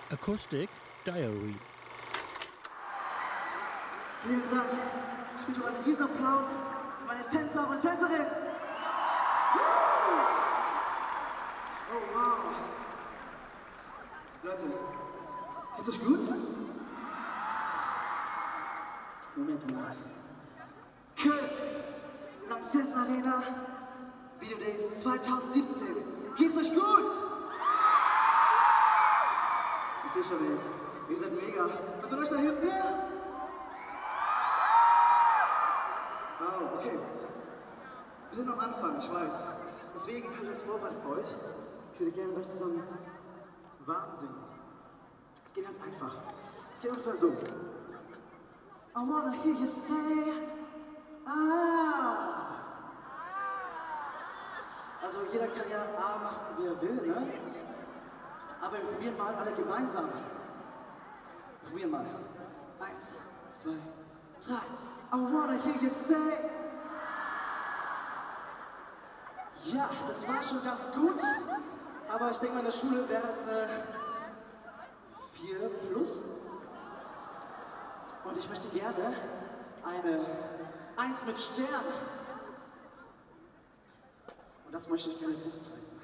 Acoustic Diary. Vielen Dank. Ich bitte um einen riesen Applaus für meine Tänzer und Tänzerinnen. Oh wow. Leute, geht's euch gut? Moment. Köln, Lanxess Arena, Video Days 2017. Geht's euch gut? Ich sehe schon, ey. Ihr seid mega. Was mit euch da hinten? Oh, okay. Wir sind am Anfang, ich weiß. Deswegen habe ich das vorbereitet für euch. Ich würde gerne mit euch zusammen warm singen. Es geht ganz einfach. Es geht ungefähr so. I wanna hear you say, ah. Also jeder kann ja A machen, wie er will, ne? Aber wir probieren mal alle gemeinsam. Wir probieren mal. 1, 2, 3. I wanna hear you say. Ja, das war schon ganz gut. Aber ich denke mal, in der Schule wäre es eine 4 plus. Und ich möchte gerne eine 1 mit Stern. Und das möchte ich gerne festhalten.